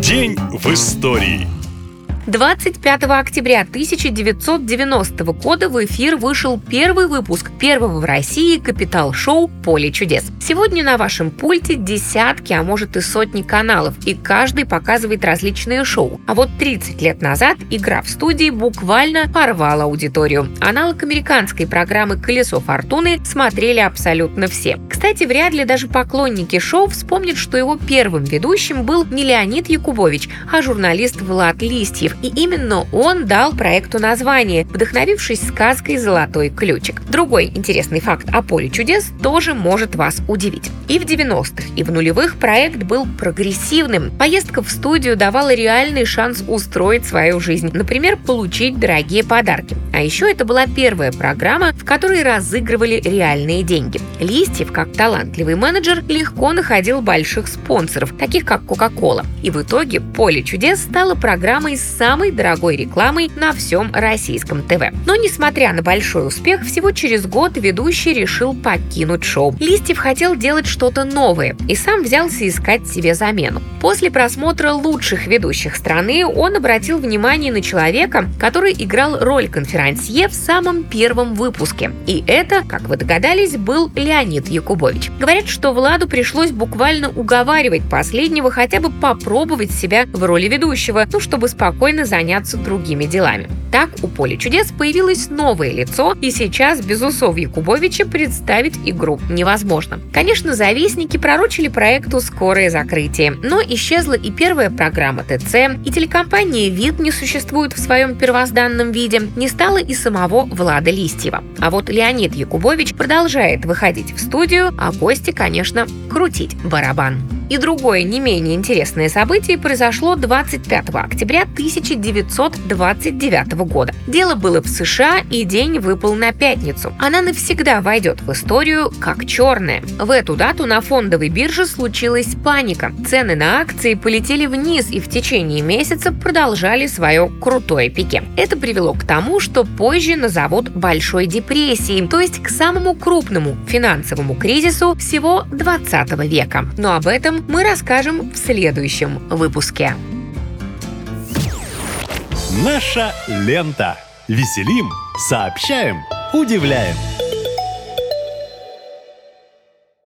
День в истории. 25 октября 1990 года в эфир вышел первый выпуск первого в России капитал-шоу «Поле чудес». Сегодня на вашем пульте десятки, а может и сотни каналов, и каждый показывает различные шоу. А вот 30 лет назад игра в студии буквально порвала аудиторию. Аналог американской программы «Колесо фортуны» смотрели абсолютно все. Кстати, вряд ли даже поклонники шоу вспомнят, что его первым ведущим был не Леонид Якубович, а журналист Влад Листьев. И именно он дал проекту название, вдохновившись сказкой «Золотой ключик». Другой интересный факт о «Поле чудес» тоже может вас удивить. И в 90-х, и в нулевых проект был прогрессивным. Поездка в студию давала реальный шанс устроить свою жизнь, например, получить дорогие подарки. А еще это была первая программа, в которой разыгрывали реальные деньги. Листьев, как талантливый менеджер, легко находил больших спонсоров, таких как Coca-Cola. И в итоге «Поле чудес» стало программой с самой дорогой рекламой на всем российском ТВ. Но, несмотря на большой успех, всего через год ведущий решил покинуть шоу. Листьев хотел делать что-то новое и сам взялся искать себе замену. После просмотра лучших ведущих страны он обратил внимание на человека, который играл роль конферансье в самом первом выпуске. И это, как вы догадались, был Леонид Якубович. Говорят, что Владу пришлось буквально уговаривать последнего хотя бы попробовать себя в роли ведущего, чтобы спокойно заняться другими делами. Так у «Поля чудес» появилось новое лицо, и сейчас без усов Якубовича представить игру невозможно. Конечно, завистники пророчили проекту скорое закрытие, но исчезла и первая программа ТЦ, и телекомпания «Вид» не существует в своем первозданном виде, не стало и самого Влада Листьева. А вот Леонид Якубович продолжает выходить в студию, а гости, конечно, крутить барабан. И другое не менее интересное событие произошло 25 октября 1929 года. Дело было в США, и день выпал на пятницу. Она навсегда войдет в историю как черная. В эту дату на фондовой бирже случилась паника. Цены на акции полетели вниз и в течение месяца продолжали свое крутое пике. Это привело к тому, что позже назовут Большой депрессией, то есть к самому крупному финансовому кризису всего 20 века. Но об этом мы расскажем в следующем выпуске. Наша лента. Веселим, сообщаем, удивляем.